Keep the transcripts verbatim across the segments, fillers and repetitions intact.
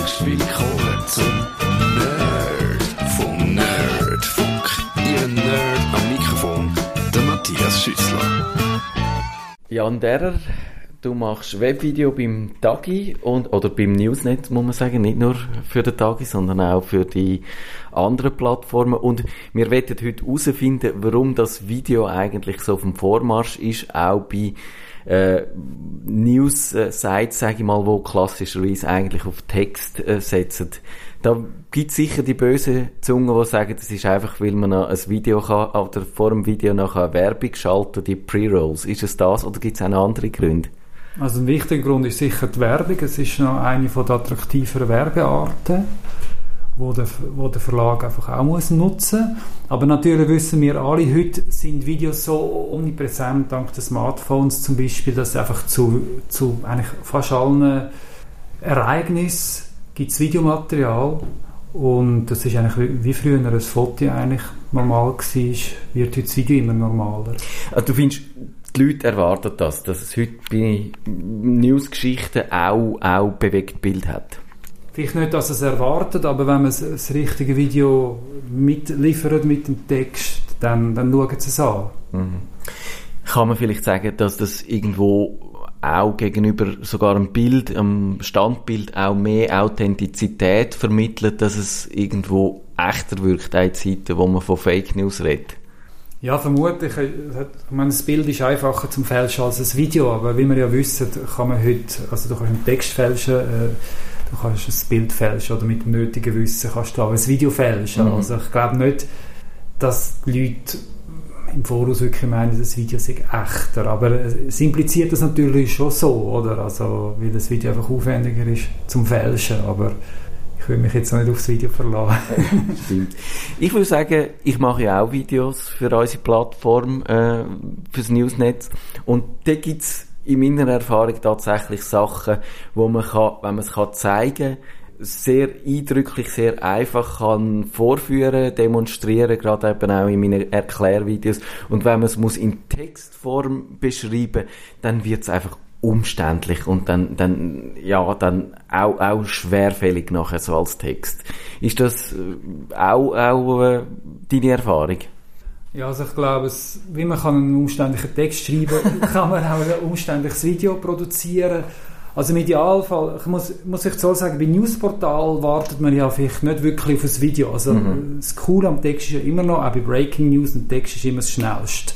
Herzlich willkommen zum Nerd vom Nerdfunk. Ihr Nerd am Mikrofon, der Matthias Schüssler. Jan Derrer, du machst Webvideo beim Tagi und, oder beim Newsnet, muss man sagen, nicht nur für den Tagi, sondern auch für die anderen Plattformen. Und wir wollen heute herausfinden, warum das Video eigentlich so auf dem Vormarsch ist, auch bei äh, News-Sites, sage ich mal, wo klassischerweise eigentlich auf Text äh, setzen. Da gibt es sicher die bösen Zungen, die sagen, das ist einfach, weil man noch ein Video kann, oder vor dem Video noch eine Werbung schalten, die Pre-Rolls. Ist es das oder gibt es auch noch andere Gründe? Also ein wichtiger Grund ist sicher die Werbung. Es ist noch eine von der attraktiveren Werbearten, wo der, wo der Verlag einfach auch muss nutzen. Aber natürlich wissen wir alle, heute sind Videos so omnipräsent, dank der Smartphones zum Beispiel, dass einfach zu, zu eigentlich fast allen Ereignissen gibt es Videomaterial. Und das ist eigentlich wie, wie früher ein Foto eigentlich normal war, wird heute das Video immer normaler. Also du findest, die Leute erwarten das, dass es heute bei Newsgeschichten auch, auch bewegt Bild hat? Vielleicht nicht, dass es erwartet, aber wenn man das richtige Video mitliefert mit dem Text, dann, dann schauen sie es an. Mhm. Kann man vielleicht sagen, dass das irgendwo auch gegenüber sogar einem Bild, einem Standbild auch mehr Authentizität vermittelt, dass es irgendwo echter wirkt, in Zeiten, wo man von Fake News redet? Ja, vermutlich. Ich meine, das Bild ist einfacher zum Fälschen als ein Video, aber wie wir ja wissen, kann man heute, also du kannst einen Text fälschen, äh, du kannst ein Bild fälschen oder mit dem nötigen Wissen kannst du auch ein Video fälschen. Mhm. Also ich glaube nicht, dass die Leute im Voraus wirklich meinen, das Video sei echter, aber es impliziert das natürlich schon so, oder? Also, weil das Video einfach aufwendiger ist zum Fälschen, aber ich will mich jetzt noch nicht aufs Video verlassen. Stimmt. Ich würde sagen, ich mache ja auch Videos für unsere Plattform, äh, fürs Newsnet. Und da gibt es in meiner Erfahrung tatsächlich Sachen, wo man kann, wenn man es kann zeigen, sehr eindrücklich, sehr einfach kann vorführen, demonstrieren, gerade eben auch in meinen Erklärvideos. Und wenn man es muss in Textform beschreiben, dann wird es einfach umständlich und dann, dann, ja, dann auch, auch schwerfällig nachher so als Text. Ist das auch, auch äh, deine Erfahrung? Ja, also ich glaube, es, wie man kann einen umständlichen Text schreiben, kann man auch ein umständliches Video produzieren. Also im Idealfall, ich muss, muss ich so sagen, bei Newsportal wartet man ja vielleicht nicht wirklich auf ein Video. Also mhm. Das Coole am Text ist ja immer noch, auch bei Breaking News, ein Text ist immer das Schnellste.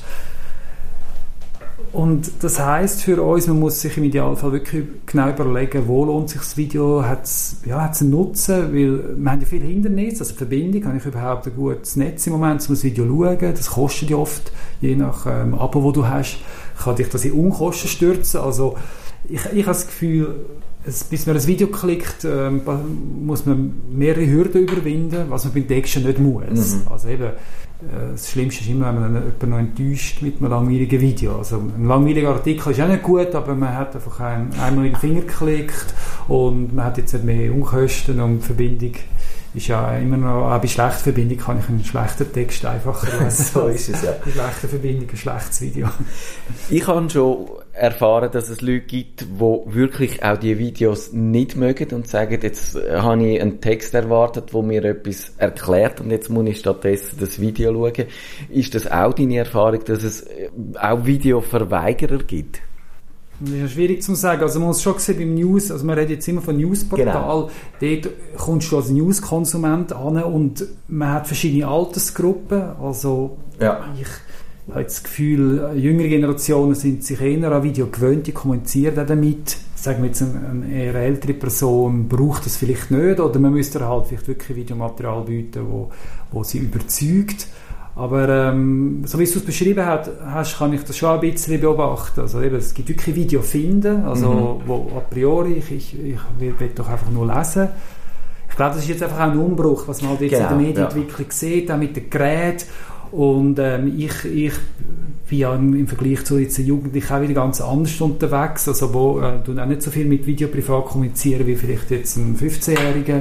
Und das heisst für uns, man muss sich im Idealfall wirklich genau überlegen, wo lohnt sich das Video, hat es ja, hat's einen Nutzen, weil wir haben ja viele Hindernisse, also Verbindung, habe ich überhaupt ein gutes Netz im Moment, um das Video zu schauen, das kostet ja oft, je nach ähm, Abo, das du hast, kann dich das in Unkosten stürzen, also ich, ich habe das Gefühl, es, bis man ein Video klickt, ähm, muss man mehrere Hürden überwinden, was man beim Text nicht muss. Mhm. Also eben, das Schlimmste ist immer, wenn man jemanden noch enttäuscht mit einem langweiligen Video. Also ein langweiliger Artikel ist auch nicht gut, aber man hat einfach einen, einmal in den Finger geklickt und man hat jetzt nicht mehr Unkosten und die Verbindung ist ja immer noch, auch bei schlechter Verbindung kann ich einen schlechten Text einfacher lesen. So ist es, ja. Bei schlechter Verbindung ein schlechtes Video. Ich habe schon erfahren, dass es Leute gibt, die wirklich auch die Videos nicht mögen und sagen, jetzt habe ich einen Text erwartet, der mir etwas erklärt und jetzt muss ich stattdessen das Video schauen. Ist das auch deine Erfahrung, dass es auch Videoverweigerer gibt? Das ist ja schwierig zu sagen. Also man muss schon sehen beim News, also man redet jetzt immer von Newsportal, genau. Dort kommst du als News-Konsument an und man hat verschiedene Altersgruppen. Also ja. ich habe das Gefühl, jüngere Generationen sind sich eher an Video gewöhnt, die kommunizieren auch damit. Sagen wir jetzt, eine, eine eher ältere Person braucht das vielleicht nicht oder man müsste halt vielleicht wirklich Videomaterial bieten, wo, wo sie überzeugt. Aber ähm, so wie du es beschrieben hast, kann ich das schon ein bisschen beobachten. Also eben, es gibt wirklich Video finden, also mhm. wo a priori, ich, ich, ich will, will doch einfach nur lesen. Ich glaube, das ist jetzt einfach auch ein Umbruch, was man halt jetzt genau, in der Medienentwicklung ja. sieht, auch mit den Geräten. Und ähm, ich, ich bin ja im, im Vergleich zu jetzt Jugendlichen auch wieder ganz anders unterwegs, also wo äh, du auch nicht so viel mit Video privat kommunizieren wie vielleicht jetzt ein fünfzehnjähriger.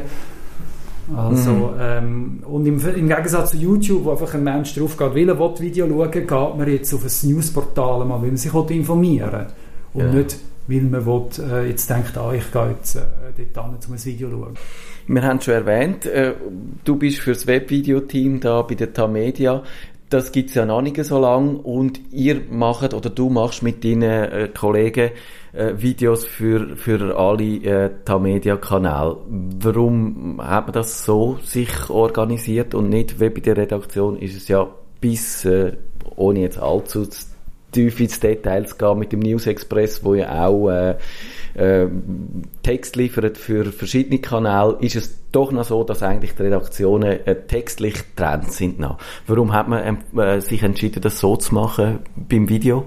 Also, mhm. ähm, und im, im Gegensatz zu YouTube, wo einfach ein Mensch drauf geht, will er Video schauen, geht man jetzt auf ein Newsportal, mal, weil man sich informieren will. Und ja. nicht weil man will, äh, jetzt denkt, ah, ich gehe jetzt äh, dort hin, um ein Video zu schauen. Wir haben schon erwähnt, äh, du bist für das Webvideoteam da bei der Tamedia. Das gibt's ja noch nicht so lange und ihr macht oder du machst mit deinen äh, Kollegen äh, Videos für für alle äh, Tamedia-Kanäle. Warum hat man das so sich organisiert und nicht wie bei der Redaktion ist es ja bis, äh, ohne jetzt allzu tief ins Detail zu gehen, mit dem News Express, wo ja auch äh, äh, Text liefert für verschiedene Kanäle, ist es doch noch so, dass eigentlich die Redaktionen äh, textlich getrennt sind noch. Warum hat man äh, sich entschieden, das so zu machen beim Video?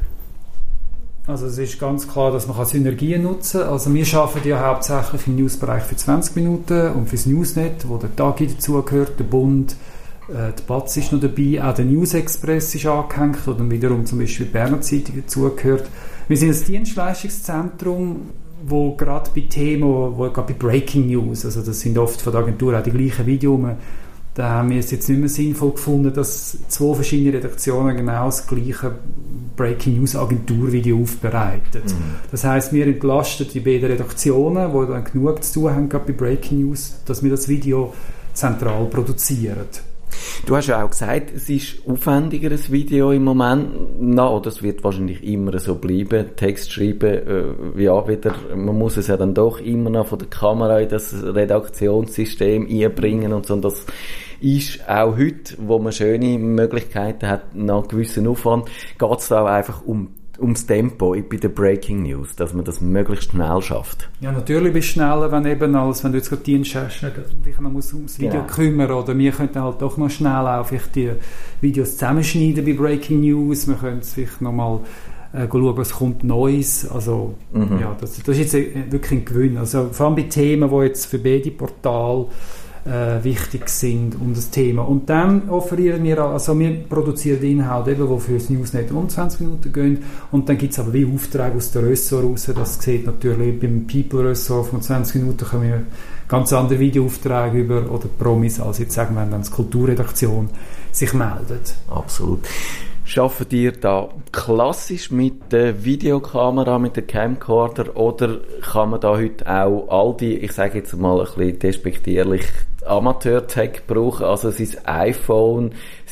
Also es ist ganz klar, dass man Synergien nutzen kann. Also wir arbeiten ja hauptsächlich im Newsbereich für zwanzig Minuten und fürs Newsnet, wo der Tagi dazugehört, der Bund, äh, die Batz ist noch dabei, auch der News Express ist angehängt oder wiederum zum Beispiel die Berner Zeitung dazugehört. Wir sind ein Dienstleistungszentrum, wo gerade bei Themen, wo gerade bei Breaking News, also das sind oft von der Agentur auch die gleichen Videos, da haben wir es jetzt nicht mehr sinnvoll gefunden, dass zwei verschiedene Redaktionen genau das gleiche Breaking News Agenturvideo aufbereiten. Mhm. Das heisst, wir entlasten die beiden Redaktionen, die dann genug zu tun haben, gerade bei Breaking News, dass wir das Video zentral produzieren. Du hast ja auch gesagt, es ist aufwendiger, ein Video im Moment. Na, oder es wird wahrscheinlich immer so bleiben. Text schreiben, äh, ja, wieder, man muss es ja dann doch immer noch von der Kamera in das Redaktionssystem einbringen und so. Und das ist auch heute, wo man schöne Möglichkeiten hat, nach einem gewissen Aufwand, geht es da auch einfach um ums Tempo bei der Breaking News, dass man das möglichst schnell schafft. Ja, natürlich bist du schneller, wenn eben, als wenn du jetzt gerade Dienst hast, dich noch ums Video genau. kümmern, oder wir könnten halt doch noch schnell auch vielleicht die Videos zusammenschneiden bei Breaking News, wir können vielleicht nochmal äh, schauen, was kommt Neues, also mhm. ja, das, das ist jetzt wirklich ein Gewinn, also vor allem bei Themen, die jetzt für beide Portale Äh, wichtig sind um das Thema. Und dann offerieren wir, also wir produzieren Inhalte eben, die für das Newsnet um zwanzig Minuten gehen, und dann gibt es aber wie Aufträge aus der Ressort raus, das sieht natürlich beim People-Ressort von zwanzig Minuten kommen wir ganz andere Videoaufträge über oder Promis, als jetzt sagen wir, wenn die Kulturredaktion sich meldet. Absolut. Arbeitet ihr da klassisch mit der Videokamera, mit der Camcorder, oder kann man da heute auch all die, ich sage jetzt mal ein bisschen despektierlich, Amateur-Tech brauchen, also sein iPhone,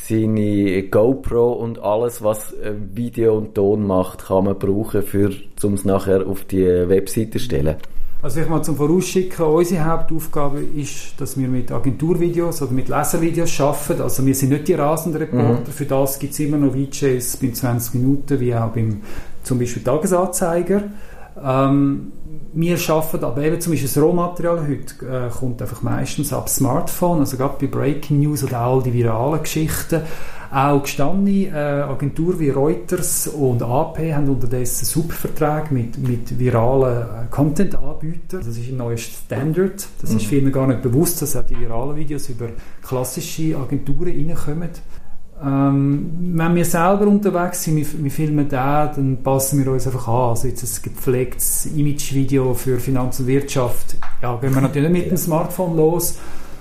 seine GoPro und alles, was Video und Ton macht, kann man brauchen, für, um es nachher auf die Webseite zu stellen? Also ich mal zum Vorausschicken, unsere Hauptaufgabe ist, dass wir mit Agenturvideos oder mit Leservideos arbeiten. Also wir sind nicht die rasenden Reporter, mhm. für das gibt es immer noch V Js bei zwanzig Minuten, wie auch beim zum Beispiel Tagesanzeiger. Ähm, wir arbeiten aber eben zum Beispiel das Rohmaterial heute äh, kommt einfach meistens ab Smartphone, also gerade bei Breaking News oder all die viralen Geschichten. Auch gestandene äh, Agenturen wie Reuters und A P haben unterdessen Subverträge mit, mit viralen äh, Content-Anbietern. Das ist ein neuer Standard. Das mhm. ist vielen gar nicht bewusst, dass auch die viralen Videos über klassische Agenturen reinkommen. Ähm, wenn wir selber unterwegs sind, wir, wir filmen da, dann passen wir uns einfach an. Also jetzt ein gepflegtes Image-Video für Finanz und Wirtschaft. Ja, gehen wir natürlich nicht mit dem Smartphone los.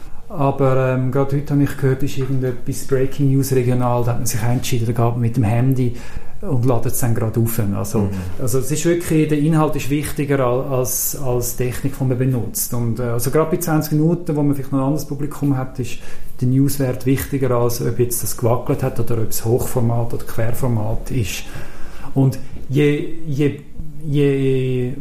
Aber ähm, gerade heute habe ich gehört, ist irgendetwas Breaking News regional, da hat man sich entschieden, da geht man mit dem Handy und ladet es dann gerade auf. Also, mhm. also es ist wirklich, der Inhalt ist wichtiger als, als die Technik, die man benutzt. Und, äh, also gerade bei zwanzig Minuten, wo man vielleicht noch ein anderes Publikum hat, ist der Newswert wichtiger, als ob jetzt das gewackelt hat oder ob es Hochformat oder Querformat ist. Und je, je, je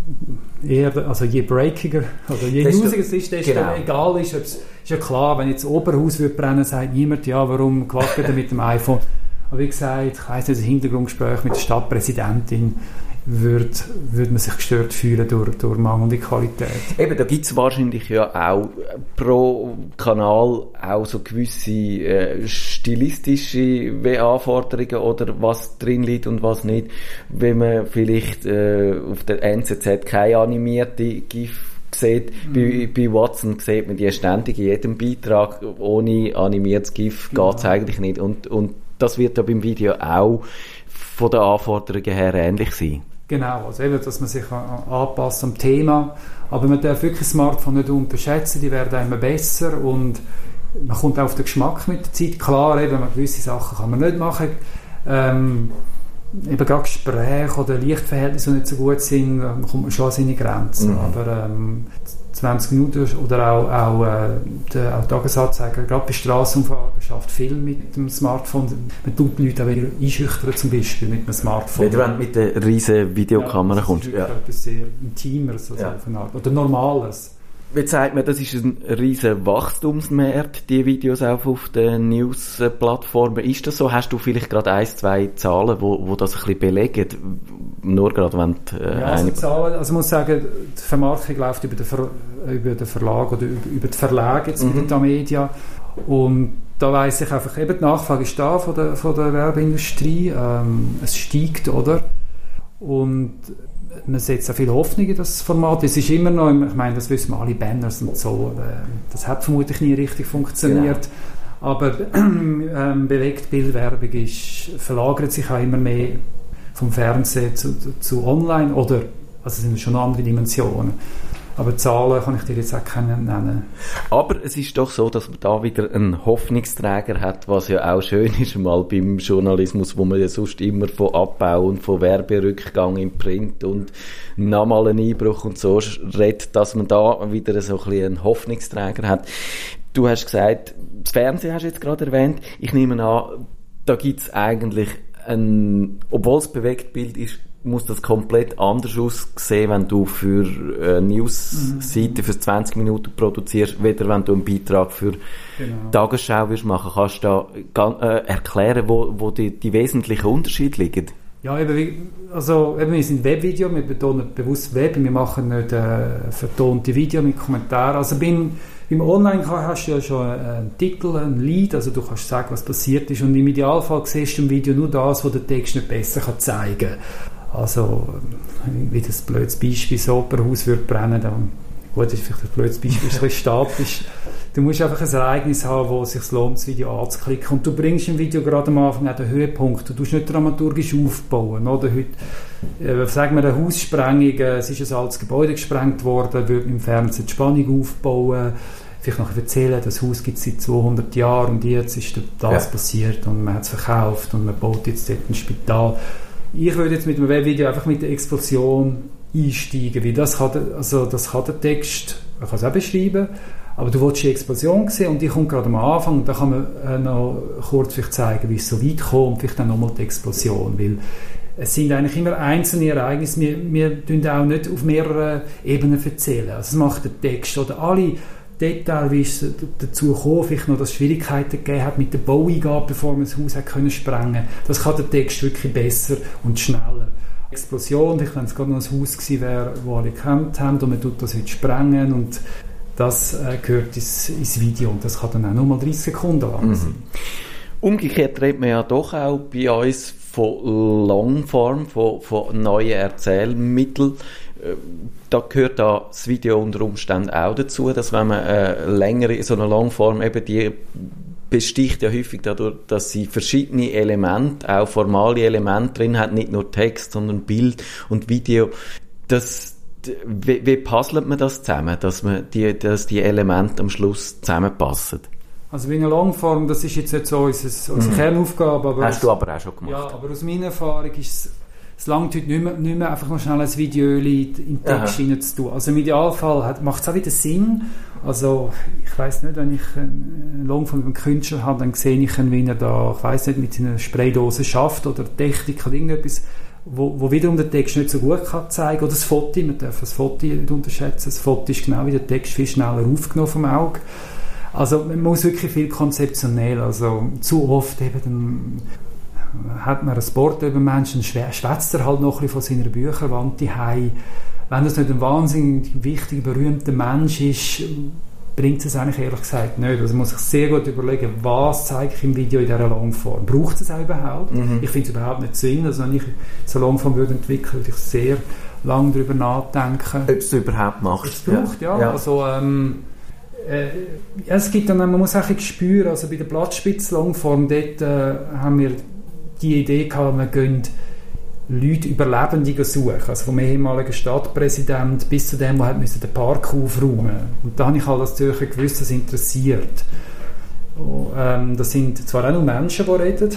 eher, also je breakiger oder je newsiger es ist, desto genau. egal ist, ob's, ist ja klar, wenn jetzt Oberhaus würde brennen, sagt niemand, ja, warum gewackelt er mit dem iPhone? Aber wie gesagt, ich weiss nicht, das Hintergrundgespräch mit der Stadtpräsidentin würde, würde man sich gestört fühlen durch, durch mangelnde Qualität. Eben, da gibt es wahrscheinlich ja auch pro Kanal auch so gewisse äh, stilistische Anforderungen oder was drin liegt und was nicht. Wenn man vielleicht äh, auf der N Z Z keine animierte GIF sieht, mhm. bei, bei Watson sieht man die ständig in jedem Beitrag, ohne animiertes GIF genau. geht es eigentlich nicht. Und, und das wird ja beim Video auch von den Anforderungen her ähnlich sein. Genau, also eben, dass man sich anpasst am Thema, aber man darf wirklich das Smartphone nicht unterschätzen, die werden immer besser und man kommt auch auf den Geschmack mit der Zeit. Klar, eben, gewisse Sachen kann man nicht machen. Ähm, eben gerade Gespräche oder Lichtverhältnisse, die nicht so gut sind, kommt man schon an seine Grenzen. Mhm. Aber ähm, zwanzig Minuten oder auch, auch, äh, der, auch Tagesanzeiger, gerade bei Strassenumfahrten, schafft viel mit dem Smartphone. Man tut die Leute auch wieder einschüchtern, zum Beispiel mit dem Smartphone. Wenn du mit der riesen Videokamera ja, kommst. Das ist ja. etwas sehr Intimeres also ja. oder Normales. Wie zeigt man, das ist ein riesen Wachstumsmarkt, die Videos auch auf den News-Plattformen. Ist das so? Hast du vielleicht gerade ein, zwei Zahlen, wo, wo das ein bisschen belegen? Nur gerade, wenn die, äh, ja, also Zahlen, also ich muss sagen, die Vermarktung läuft über den, Ver, über den Verlag oder über, über die Verlage jetzt mhm. mit der Media. Und da weiss ich einfach, eben die Nachfrage ist da von der, von der Werbeindustrie. Ähm, es steigt, oder? Und man setzt auch viel Hoffnung in das Format. Es ist immer noch, ich meine, das wissen wir alle, Banners und so, das hat vermutlich nie richtig funktioniert. Genau. Aber ähm, Bewegtbildwerbung ist, verlagert sich auch immer mehr vom Fernsehen zu, zu online, oder, also es sind schon andere Dimensionen. Aber Zahlen kann ich dir jetzt auch keine nennen. Aber es ist doch so, dass man da wieder einen Hoffnungsträger hat, was ja auch schön ist, mal beim Journalismus, wo man ja sonst immer von Abbau und von Werberückgang im Print und nochmal einen Einbruch und so redet, dass man da wieder so ein bisschen einen Hoffnungsträger hat. Du hast gesagt, das Fernsehen hast du jetzt gerade erwähnt. Ich nehme an, da gibt es eigentlich ein, obwohl es Bewegtbild ist, muss das komplett anders aussehen, wenn du für eine News-Seite für zwanzig Minuten produzierst, weder wenn du einen Beitrag für genau. Tagesschau wirst machen. Kannst du da äh, erklären, wo, wo die, die wesentlichen Unterschiede liegen? Ja, eben, also eben, wir sind Webvideo, wir betonen bewusst Web, wir machen nicht äh, vertonte Video mit Kommentaren. Also beim, beim Online hast du ja schon einen Titel, ein Lead, also du kannst sagen, was passiert ist, und im Idealfall siehst du im Video nur das, was der Text nicht besser kann zeigen kann. Also, wie das blödes Beispiel, das Opernhaus würde brennen, dann, gut, das ist vielleicht ein blödes Beispiel, ist ein bisschen statisch. Du musst einfach ein Ereignis haben, wo es sich lohnt, das Video anzuklicken. Und du bringst im Video gerade am Anfang auch den Höhepunkt. Du tust nicht dramaturgisch aufbauen. Oder? Heute, äh, sagen wir, eine Haussprengung, äh, es ist ein altes Gebäude gesprengt worden, würde im Fernsehen die Spannung aufbauen, vielleicht noch erzählen, das Haus gibt es seit zweihundert Jahren und jetzt ist das ja. passiert und man hat es verkauft und man baut jetzt dort ein Spital. Ich würde jetzt mit dem Webvideo einfach mit der Explosion einsteigen, weil das kann, also das kann der Text, man kann es auch beschreiben, aber du willst die Explosion sehen und die kommt gerade am Anfang und da kann man äh, noch kurz vielleicht zeigen, wie es so weit kommt und vielleicht dann nochmal die Explosion, weil es sind eigentlich immer einzelne Ereignisse, wir, wir tun auch nicht auf mehreren Ebenen erzählen, also das macht der Text oder alle Detail, wie es dazu kam, vielleicht noch, dass es Schwierigkeiten gegeben hat mit der Baueingabe, bevor man das Haus hat können sprengen. Das kann der Text wirklich besser und schneller. Explosion, ich wenn es gerade noch ein Haus gewesen wäre, das alle gekannt haben und man tut das heute sprengen und das äh, gehört ins, ins Video und das kann dann auch nur mal dreißig Sekunden lang sein. Mhm. Umgekehrt redet man ja doch auch bei uns von Longform, von, von neuen Erzählmitteln. Da gehört da das Video unter Umständen auch dazu, dass wenn man äh, längere, so eine Longform eben, die besticht ja häufig dadurch, dass sie verschiedene Elemente, auch formale Elemente drin hat, nicht nur Text, sondern Bild und Video. Das, wie, wie puzzelt man das zusammen, dass, man die, dass die Elemente am Schluss zusammenpassen? Also wie eine Longform, das ist jetzt nicht so unsere, unsere mhm. Kernaufgabe. Aber hast aus, du aber auch schon gemacht. Ja, aber aus meiner Erfahrung ist es, es langt heute nicht mehr, nicht mehr einfach noch schnell ein Video in den Text rein zu tun. Also im Idealfall macht es auch wieder Sinn. Also ich weiss nicht, wenn ich einen Longform mit einem Künstler habe, dann sehe ich ihn, wie er da, ich weiss nicht, mit seiner Spraydose schafft oder Technik oder irgendetwas, wo, wo wiederum der Text nicht so gut kann zeigen. Oder das Foto, man darf das Foto nicht unterschätzen. Das Foto ist genau wie der Text viel schneller aufgenommen vom Auge. Also man muss wirklich viel konzeptionell, also zu oft eben dann hat man ein Sport über Menschen, schwätzt er halt noch ein bisschen von seiner Bücherwand daheim. Wenn das nicht ein wahnsinnig wichtiger, berühmter Mensch ist, bringt es eigentlich ehrlich gesagt nicht. Also man muss sich sehr gut überlegen, was zeige ich im Video in dieser Longform. Braucht es auch überhaupt? Mhm. Ich finde es überhaupt nicht zwingend. Also wenn ich so eine Longform würde entwickeln, würde ich sehr lange darüber nachdenken. Ob es überhaupt macht. Es braucht, ja. ja. Also, ähm, äh, ja, es gibt dann, man muss auch ein spüren, also bei der Blattspitz-Longform, dort äh, haben wir die Idee gehabt, wir gehen Leute Überlebende suchen, also vom ehemaligen Stadtpräsident bis zu dem, der den Park aufräumen musste. Und da habe ich halt als Zürcher gewusst, das interessiert. Oh, ähm, das sind zwar auch nur Menschen, die reden,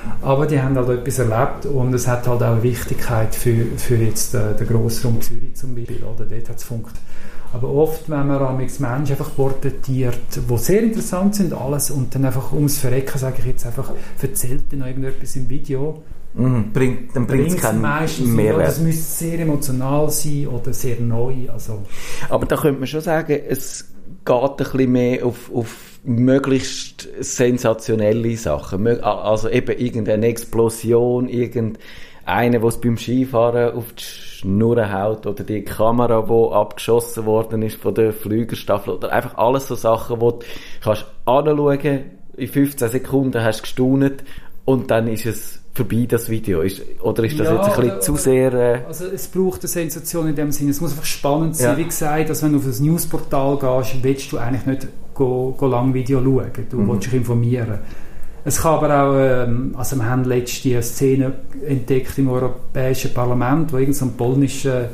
aber die haben halt etwas erlebt und es hat halt auch eine Wichtigkeit für, für jetzt äh, den Grossraum Zürich zum Beispiel, oder? Dort hat es funktioniert. Aber oft, wenn man am Menschen einfach porträtiert, die sehr interessant sind, alles, und dann einfach ums Verrecken, sage ich jetzt einfach, erzählt dann noch irgendetwas im Video, mhm, bringt, dann bringt es keinen Mehrwert. Es müsste sehr emotional sein oder sehr neu. Also. Aber da könnte man schon sagen, es geht ein bisschen mehr auf, auf möglichst sensationelle Sachen. Also eben irgendeine Explosion, irgendeine, der es beim Skifahren auf die Schnur haut, oder die Kamera, die abgeschossen worden ist von der Flügerstaffel, oder einfach alles so Sachen, wo du kannst anschauen, in fünfzehn Sekunden hast du gestaunt und dann ist es vorbei, das Video. Ist, oder ist das ja, jetzt ein bisschen oder, zu sehr... Äh also es braucht eine Sensation in dem Sinne. Es muss einfach spannend sein. Ja. Wie gesagt, dass wenn du auf das Newsportal gehst, willst du eigentlich nicht go, go lang Video schauen. Du mhm. willst dich informieren. Es kann aber auch... Ähm, also wir haben letztens eine Szene entdeckt im Europäischen Parlament, wo irgend so ein polnischer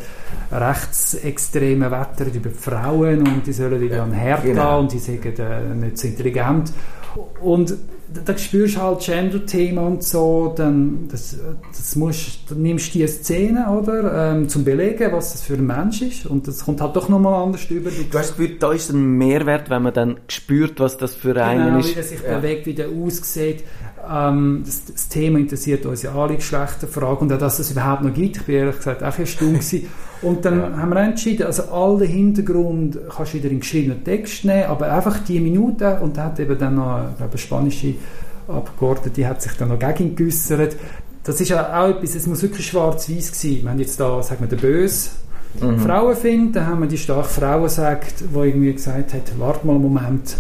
rechtsextremer wettert über die Frauen und die sollen wieder an den Herd gehen genau. Und die sagen äh, nicht so intelligent. Und da spürst du halt Gender-Thema und so, dann, das, das musst, dann nimmst du die Szene, oder, ähm, zum Belegen, was das für ein Mensch ist, und das kommt halt doch nochmal anders über. Du hast das Gefühl, da ist ein Mehrwert, wenn man dann spürt, was das für genau, einen ist. Wie der sich ja. bewegt, wie der aussieht. Ähm, das, das Thema interessiert uns ja alle Geschlechterfragen, und auch, dass es überhaupt noch gibt. Ich bin ehrlich gesagt auch erstaunt gewesen. Und dann ja. haben wir entschieden, also all den Hintergrund kannst du wieder in geschriebenen Text nehmen, aber einfach die Minuten, und da hat eben dann noch, ich glaube, eine spanische Abgeordnete, die hat sich dann noch gegen ihn geäussert. Das ist ja auch etwas, es muss wirklich schwarz-weiß sein. Wir haben jetzt da, sagen wir, den Böse mhm. Frauen findet, dann haben wir die starke Frau gesagt, die irgendwie gesagt hat, warte mal einen Moment,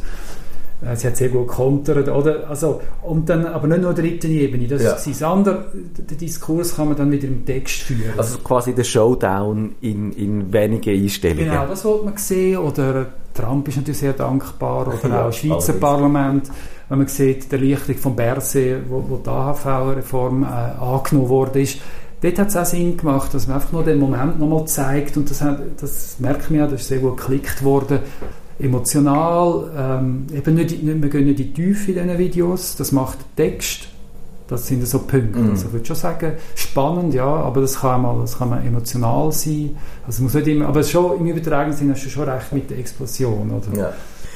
sie hat sehr gut gekontert, oder? Also, und dann, aber nicht nur der dritten Ebene, das ja. ist das andere, den Diskurs kann man dann wieder im Text führen. Also quasi der Showdown in, in wenigen Einstellungen. Genau, das wollte man sehen, oder Trump ist natürlich sehr dankbar, oder ja, auch das Schweizer Parlament, wenn man sieht, die Erleichterung von Berset, wo, wo die A H V-Reform äh, angenommen worden ist. Dort hat es auch Sinn gemacht, dass man einfach nur den Moment nochmal zeigt, und das, hat, das merkt man ja, das ist sehr gut geklickt worden, emotional, ähm, eben nicht, nicht, wir gehen nicht in die Tiefe in diesen Videos, das macht der Text, das sind so Punkte. Mm. Also ich würde schon sagen, spannend, ja, aber das kann mal, das kann mal emotional sein, also muss nicht immer, aber schon im übertragenen Sinne hast du schon recht mit der Explosion, oder? Ja.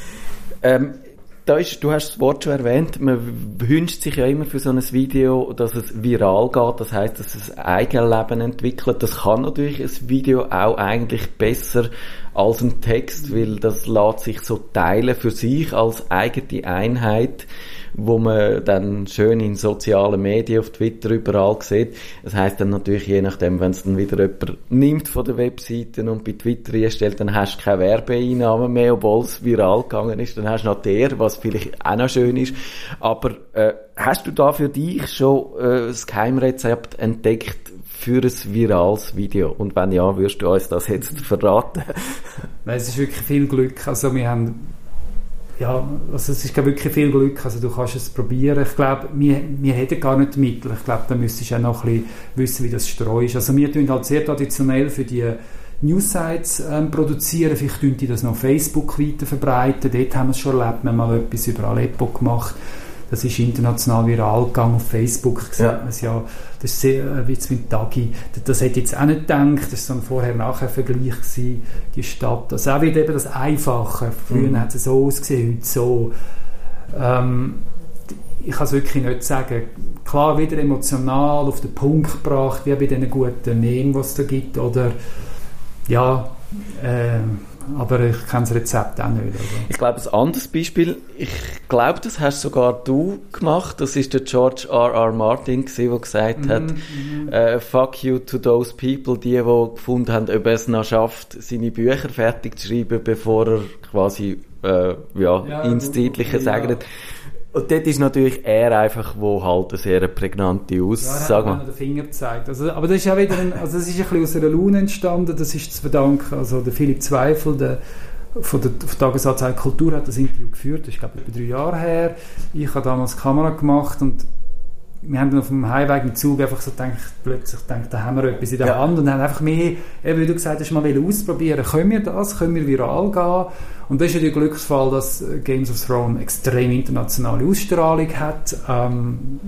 Ähm, da ist, du hast das Wort schon erwähnt, man wünscht sich ja immer für so ein Video, dass es viral geht, das heisst, dass es ein Eigenleben entwickelt. Das kann natürlich ein Video auch eigentlich besser als ein Text, weil das lässt sich so teilen für sich als eigene Einheit, wo man dann schön in sozialen Medien, auf Twitter überall sieht. Das heisst dann natürlich, je nachdem, wenn es dann wieder jemand nimmt von der Webseite und bei Twitter einstellt, dann hast du keine Werbeeinnahmen mehr, obwohl es viral gegangen ist. Dann hast du noch der, was vielleicht auch noch schön ist. Aber äh, hast du da für dich schon äh, das Geheimrezept entdeckt für ein virales Video? Und wenn ja, würdest du uns das jetzt verraten? Nein, es ist wirklich viel Glück. Also wir haben Ja, also es ist wirklich viel Glück, also du kannst es probieren. Ich glaube, wir, wir hätten gar nicht die Mittel. Ich glaube, da müsstest du auch noch ein bisschen wissen, wie das streust. Also wir tun halt sehr traditionell für die Newssites ähm, produzieren. Vielleicht tun die das noch auf Facebook weiter verbreiten. Dort haben wir es schon erlebt, wir haben mal etwas über Aleppo gemacht. Das ist international viral gegangen auf Facebook. Ja. Man ja, das ist sehr, äh, wie jetzt mit Tagi. Das, das hätte ich jetzt auch nicht gedacht. Das war so ein Vorher-Nachher-Vergleich gewesen, die Stadt. Also auch wieder eben das Einfache. Früher mhm. hat es so ausgesehen, heute so. Ähm, ich kann es wirklich nicht sagen. Klar, wieder emotional auf den Punkt gebracht, wie bei diesen guten Memes, die es da gibt. Oder, ja, äh, aber ich kenne das Rezept auch nicht. Oder? Ich glaube, ein anderes Beispiel, ich glaube, das hast sogar du gemacht, das ist der George R R. Martin gewesen, der gesagt mm-hmm. hat, äh, fuck you to those people, die, die gefunden haben, ob er es noch schafft, seine Bücher fertig zu schreiben, bevor er quasi äh, ja, ja, ins Zeitliche sagt. Ja. Und dort ist natürlich er einfach, wo halt eine sehr prägnante Aussage. Ja, er hat den Finger gezeigt. Also, aber das ist auch wieder ein, also das ist ein bisschen aus einer Laune entstanden, das ist zu verdanken, also der Philipp Zweifel, der von der Tagesanzeiger Kultur hat das Interview geführt, das ist glaube ich über drei Jahre her. Ich habe damals Kamera gemacht und wir haben dann auf dem Heimweg im Zug einfach so gedacht, plötzlich gedacht, da haben wir etwas in der ja. Hand und haben einfach mehr, eben wie du gesagt hast, mal ausprobieren, können wir das, können wir viral gehen? Und das ist ja der Glücksfall, dass Games of Thrones extrem internationale Ausstrahlung hat. Ähm,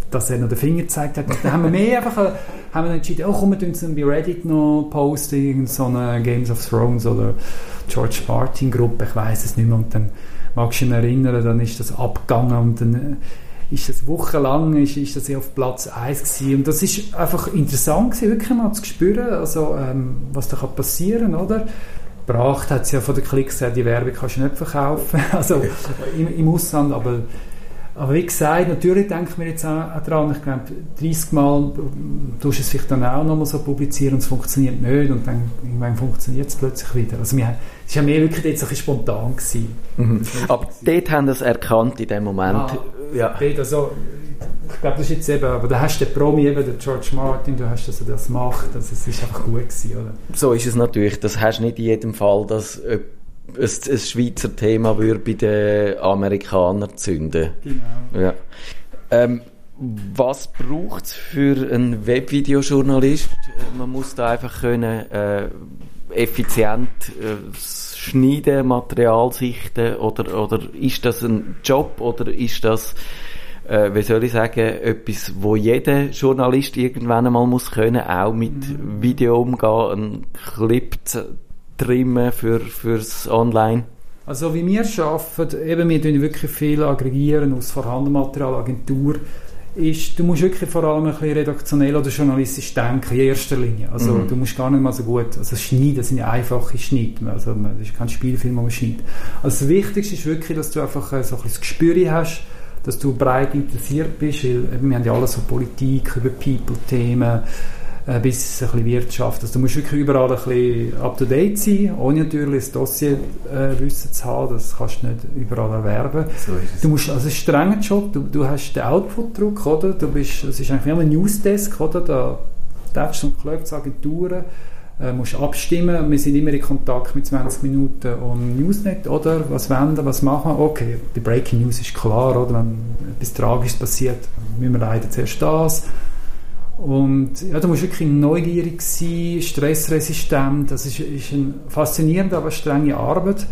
dass er noch den Finger gezeigt hat. Dann haben wir mehr einfach, äh, haben wir entschieden, oh komm, wir tun es bei Reddit noch posten, irgend so eine Games of Thrones oder George Martin Gruppe, ich weiss es nicht mehr. Und dann magst du dich erinnern, dann ist das abgegangen und dann äh, ist das wochenlang, ist, ist das auf Platz eins gewesen. Und das ist einfach interessant gewesen, wirklich mal zu spüren, also, ähm, was da kann passieren, oder? Gebracht hat es ja von den Klicks her, die Werbung kannst du nicht verkaufen, also im, im Ausland, aber Aber wie gesagt, natürlich denke ich mir jetzt auch, auch dran, ich glaube, dreißig Mal tust du es vielleicht dann auch nochmal so publizieren und es funktioniert nicht und dann irgendwann funktioniert es plötzlich wieder. Also wir, es war ja mehr wirklich jetzt ein bisschen spontan gewesen. Mhm. Aber dort haben wir es erkannt in dem Moment. Ah, ja. Dort, also, ich glaube, das ist jetzt eben, aber da hast du den Promi eben, den George Martin, du hast, dass er das macht, also es ist einfach gut gewesen, oder? So ist es natürlich, das hast du nicht in jedem Fall, dass ein, ein Schweizer Thema würde bei den Amerikanern zünden. Genau. Ja. Ähm, was braucht es für einen Webvideojournalist? Man muss da einfach können, äh, effizient äh, schneiden, Material sichten, oder, oder ist das ein Job, oder ist das, äh, wie soll ich sagen, etwas, wo jeder Journalist irgendwann einmal muss können, auch mit mhm. Video umgehen, einen Clip zu trimmen für, fürs Online? Also wie wir arbeiten, eben wir tun wirklich viel aggregieren aus vorhandenem Material, Agentur, ist, du musst wirklich vor allem ein bisschen redaktionell oder journalistisch denken, in erster Linie. Also mhm. du musst gar nicht mal so gut, also Schneiden, das sind ja einfache Schnitte, also das ist kein Spielfilm, wo man schneidet. Also das Wichtigste ist wirklich, dass du einfach so ein bisschen das Gespür hast, dass du breit interessiert bist, weil eben, wir haben ja alles so Politik, über People-Themen, bis ein bisschen Wirtschaft. Also du musst wirklich überall ein bisschen up-to-date sein, ohne natürlich das Dossierwissen äh, zu haben, das kannst du nicht überall erwerben. So ist es. Du musst, also es ist ein strenger Job, du, du hast den Output-Druck, oder? Du bist, es ist eigentlich wie ein Newsdesk, oder? Da darfst du und klopfst Agenturen, äh, musst abstimmen, wir sind immer in Kontakt mit zwanzig Minuten und Newsnet, oder? Was wenden, was machen wir? Okay, die Breaking News ist klar, oder? Wenn etwas Tragisches passiert, müssen wir leider zuerst das. Und ja, du musst wirklich neugierig sein, stressresistent. Das ist, ist eine faszinierende, aber strenge Arbeit.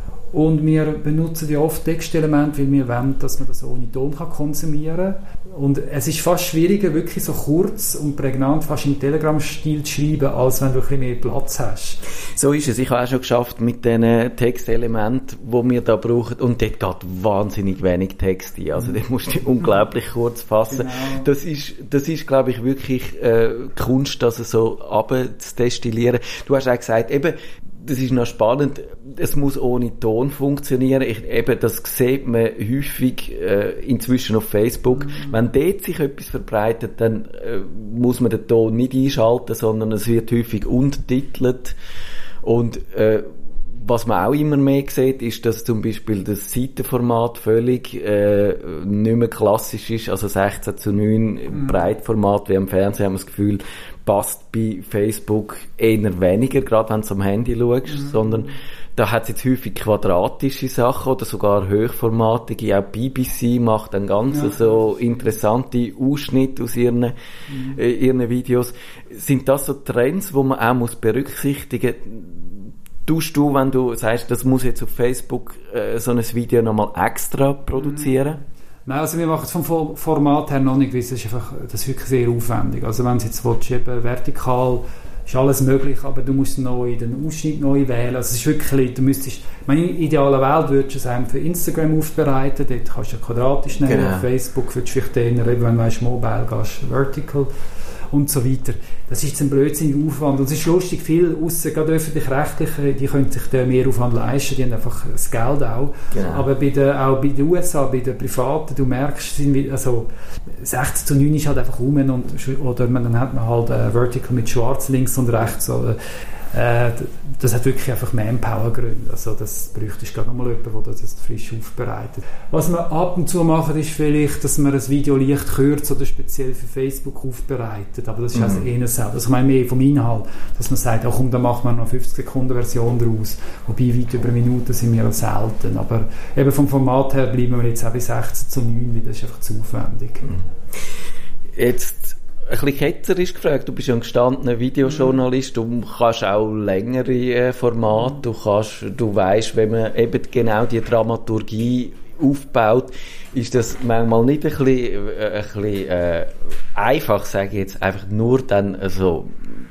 Und wir benutzen ja oft Textelemente, weil wir wollen, dass man das ohne Ton kann konsumieren kann. Und es ist fast schwieriger, wirklich so kurz und prägnant, fast im Telegram-Stil zu schreiben, als wenn du ein bisschen mehr Platz hast. So ist es. Ich habe auch schon geschafft mit den Textelementen, die wir da brauchen. Und dort geht wahnsinnig wenig Text ein. Also, dort musst du dich unglaublich kurz fassen. Genau. Das ist, das ist, glaube ich, wirklich äh, Kunst, das so runterzudestillieren. Du hast auch gesagt, eben, das ist noch spannend, es muss ohne Ton funktionieren. Ich, eben, das sieht man häufig äh, inzwischen auf Facebook. Mhm. Wenn dort sich etwas verbreitet, dann äh, muss man den Ton nicht einschalten, sondern es wird häufig untertitelt. Und äh, was man auch immer mehr sieht, ist, dass zum Beispiel das Seitenformat völlig äh, nicht mehr klassisch ist, also sechzehn zu neun mhm. Breitformat wie am Fernsehen, haben wir das Gefühl, passt bei Facebook eher weniger, gerade wenn du am Handy schaust, mhm. sondern da hat es jetzt häufig quadratische Sachen oder sogar hochformatige. Auch B B C macht dann ganz ja. so interessante Ausschnitte aus ihren, mhm. äh, ihren Videos. Sind das so Trends, die man auch muss berücksichtigen muss? Tust du, wenn du sagst, das muss jetzt auf Facebook äh, so ein Video nochmal extra produzieren? Mhm. Nein, also wir machen es vom Format her noch nicht, weil es ist einfach, das ist wirklich sehr aufwendig. Also wenn du jetzt willst, eben vertikal, ist alles möglich, aber du musst neu den Ausschnitt neu wählen. Also es ist wirklich, du müsstest, in meiner idealen Welt würdest du es einem für Instagram aufbereiten, dort kannst du ja quadratisch nehmen, genau. Auf Facebook würdest du vielleicht eher, wenn du weißt, mobile gehst, vertical und so weiter. Das ist jetzt ein blödsinniger Aufwand. Und es ist lustig, viel ausser, gerade öffentlich-rechtliche, die können sich da mehr Aufwand leisten, die haben einfach das Geld auch. Genau. Aber bei den, auch bei den U S A, bei den Privaten, du merkst, sind wir, also sechzehn zu neun ist halt einfach rum und, oder man, dann hat man halt äh, Vertical mit schwarz links und rechts. Oder, äh, das hat wirklich einfach Manpower-Gründe. Also das bräuchte ich gerade nochmal jemanden, der das frisch aufbereitet. Was wir ab und zu machen, ist vielleicht, dass man ein Video leicht kürzt oder speziell für Facebook aufbereitet. Aber das ist mhm. also eher selber. Also ich meine mehr vom Inhalt, dass man sagt, oh komm, da machen wir noch eine fünfzig Sekunden Version draus. Wobei weit über Minuten sind wir selten. Aber eben vom Format her bleiben wir jetzt auch bei sechzehn zu neun, weil das ist einfach zu aufwendig. Jetzt ein bisschen ketzerisch gefragt, du bist ja ein gestandener Videojournalist, du kannst auch längere äh, Formate, du kannst, du weisst, wenn man eben genau die Dramaturgie aufgebaut, ist das manchmal nicht ein bisschen, äh, ein bisschen äh, einfach, sage ich jetzt, einfach nur dann so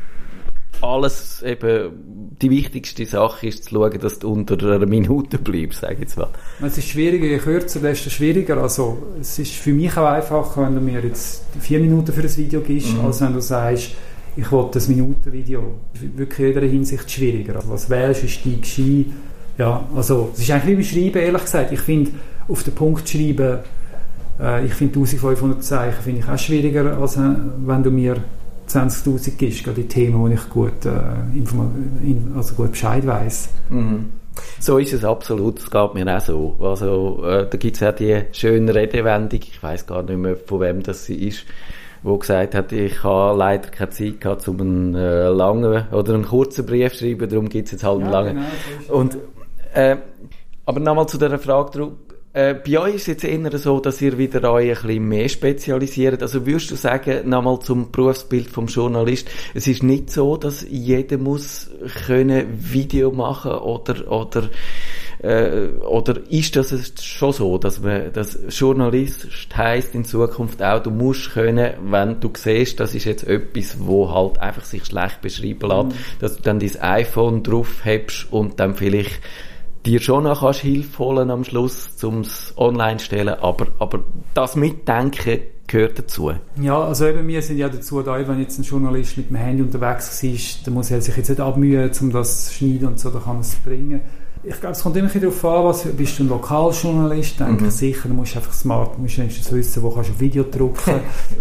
alles eben, die wichtigste Sache ist zu schauen, dass du unter einer Minute bleibst, sage ich jetzt mal. Es ist schwieriger, je kürzer, desto schwieriger. Also, es ist für mich auch einfacher, wenn du mir jetzt vier Minuten für ein Video gibst, mhm. als wenn du sagst, ich will das Minuten-Video. Wirklich in jeder Hinsicht schwieriger. Also, was wählst, ist die Geschei. Ja, also, es ist eigentlich wie beim Schreiben, ehrlich gesagt. Ich finde, auf den Punkt schreiben, äh, ich finde eintausendfünfhundert Zeichen finde ich auch schwieriger, als äh, wenn du mir zwanzigtausend gibst, gerade die Themen, wo ich gut, äh, informa- in, also gut Bescheid weiss. Mhm. So ist es absolut, das geht mir auch so. Also, äh, da gibt es auch die schöne Redewendung, ich weiss gar nicht mehr, von wem das sie ist, wo gesagt hat, ich habe leider keine Zeit gehabt, um einen äh, langen oder einen kurzen Brief zu schreiben, darum gibt es jetzt halt einen ja, langen. Genau, so Und, äh, aber nochmal zu dieser Frage, Äh, bei euch ist es jetzt eher so, dass ihr wieder euch ein bisschen mehr spezialisiert. Also würdest du sagen, nochmal zum Berufsbild vom Journalist, es ist nicht so, dass jeder muss können Video machen oder oder äh, oder ist das schon so, dass man das Journalist heisst in Zukunft auch, du musst können, wenn du siehst, das ist jetzt etwas, wo halt einfach sich schlecht beschreiben lässt, mhm. dass du dann dein iPhone drauf hebst und dann vielleicht dir schon noch kannst Hilfe holen am Schluss, um es online zu stellen, aber, aber das Mitdenken gehört dazu. Ja, also eben wir sind ja dazu da, wenn jetzt ein Journalist mit dem Handy unterwegs ist, dann muss er sich jetzt nicht abmühen, um das zu schneiden und so, dann kann er es bringen. Ich glaube, es kommt immer darauf an, was, bist du ein Lokaljournalist, denke mhm. ich sicher, du musst einfach smart, du musst wenigstens wissen, wo kannst du Video drucken. ja.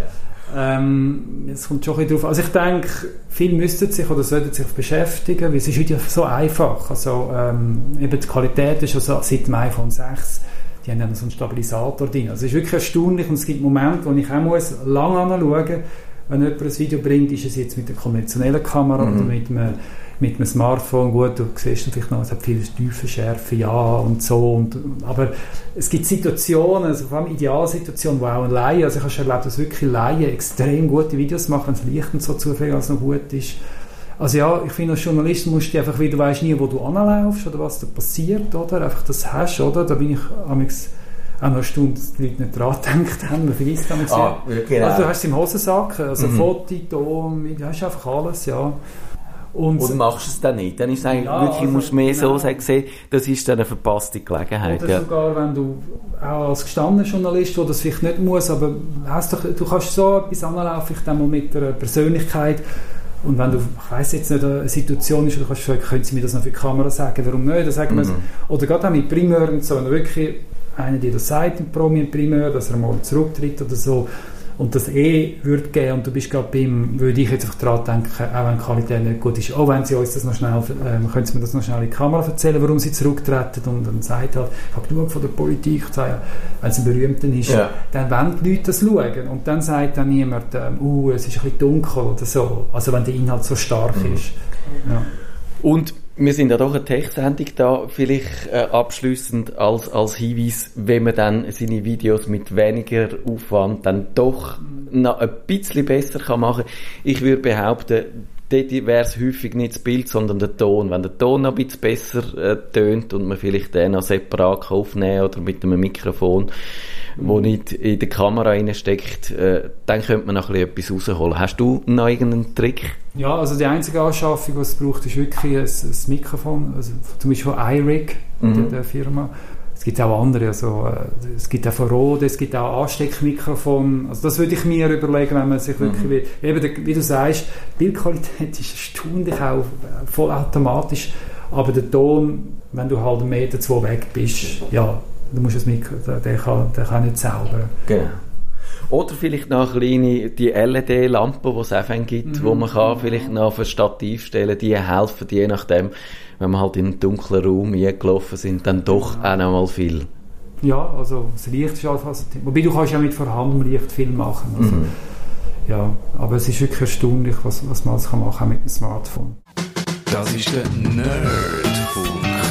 Ähm, es kommt schon ein bisschen drauf. Also ich denke, viele müssten sich oder sollten sich beschäftigen, weil es ist heute so einfach. Also ähm, eben die Qualität ist also seit dem iPhone sechs, die haben dann so einen Stabilisator drin. Also es ist wirklich erstaunlich und es gibt Momente, wo ich auch muss lange anschauen, wenn jemand ein Video bringt, ist es jetzt mit der konventionellen Kamera mhm. oder mit einem mit einem Smartphone, gut, du siehst vielleicht noch, es hat viele Tiefenschärfe, ja, und so, und, aber es gibt Situationen, also vor allem Idealsituationen, wo auch ein Laie, also ich habe schon erlebt, dass wirklich Laien extrem gute Videos machen, wenn es Licht und so zufällig als noch gut ist. Also ja, ich finde, als Journalist musst du einfach, wie du weißt nie, wo du anlaufst oder was da passiert, oder? Einfach das hast, oder? Da bin ich amigs auch noch eine Stunde, dass die Leute nicht dran gedacht haben, man vergisst amigs ah, genau. Also du hast es im Hosensack, also mhm. Foto, Ton, du hast einfach alles, ja. Und, und machst es dann nicht. Dann ist es eigentlich ja, wirklich, also, musst du mehr genau. so sehen, das ist dann eine verpasste Gelegenheit. Oder ja. sogar, wenn du auch als gestandener Journalist, der das vielleicht nicht muss, aber hast doch, du kannst so etwas anlaufen, vielleicht einmal mit einer Persönlichkeit. Und wenn du, ich weiss jetzt nicht, eine Situation ist, du kannst fragen, können Sie mir das noch für die Kamera sagen, warum nicht? Dann sagen mhm. wir, oder gerade auch mit Primeur und so, wenn wirklich einer dir das sagt, im Promi, im Primeur, dass er mal zurücktritt oder so, und das eh würde geben und du bist gerade beim, würde ich jetzt einfach daran denken, auch wenn die Qualität nicht gut ist, oh, wenn sie uns das noch schnell, äh, können sie mir das noch schnell in die Kamera erzählen, warum sie zurücktreten, und dann sagt halt, ich habe genug von der Politik, wenn es ein Berühmter ist, ja. dann wollen die Leute das schauen und dann sagt dann niemand, ähm, uh, es ist ein bisschen dunkel oder so, also wenn der Inhalt so stark mhm. ist. Ja. Und wir sind ja doch eine Tech-Sendung da, vielleicht äh, abschliessend als, als Hinweis, wenn man dann seine Videos mit weniger Aufwand dann doch noch ein bisschen besser kann machen. Ich würde behaupten, dort wäre es häufig nicht das Bild, sondern der Ton. Wenn der Ton noch ein bisschen besser äh, tönt und man vielleicht den noch separat aufnehmen oder mit einem Mikrofon, wo nicht in der Kamera reinsteckt, äh, dann könnte man noch ein bisschen etwas rausholen. Hast du noch irgendeinen Trick? Ja, also die einzige Anschaffung, die es braucht, ist wirklich ein, ein Mikrofon, also zum Beispiel von iRig, mhm. der, der Firma. Es gibt auch andere, also äh, es gibt auch von Rode, es gibt auch Ansteckmikrofon. Also das würde ich mir überlegen, wenn man sich wirklich, mhm. will. Eben, der, wie du sagst, die Bildqualität ist erstaunlich auch voll automatisch, aber der Ton, wenn du halt einen Meter, zwei weg bist, ja, du musst das Mikro, der kann, der kann nicht zaubern. Genau. Oder vielleicht noch eine kleine, die L E D-Lampe, die es auch gibt, mhm. wo man kann vielleicht noch auf ein Stativ stellen, die helfen, je nachdem, wenn wir halt in einen dunklen Raum eingelaufen sind, dann doch ja. auch noch mal viel. Ja, also das Licht ist halt fast, wobei du kannst ja mit vorhandenem Licht viel machen. Also, mhm. ja, aber es ist wirklich erstaunlich, was, was man alles kann machen mit dem Smartphone. Das ist der Nerdfunk.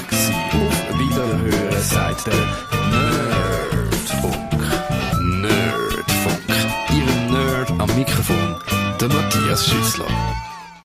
Auf Wiederhören sagt der Nerdfunk. Nerdfunk. Ihr Nerd am Mikrofon, der Matthias Schüssler.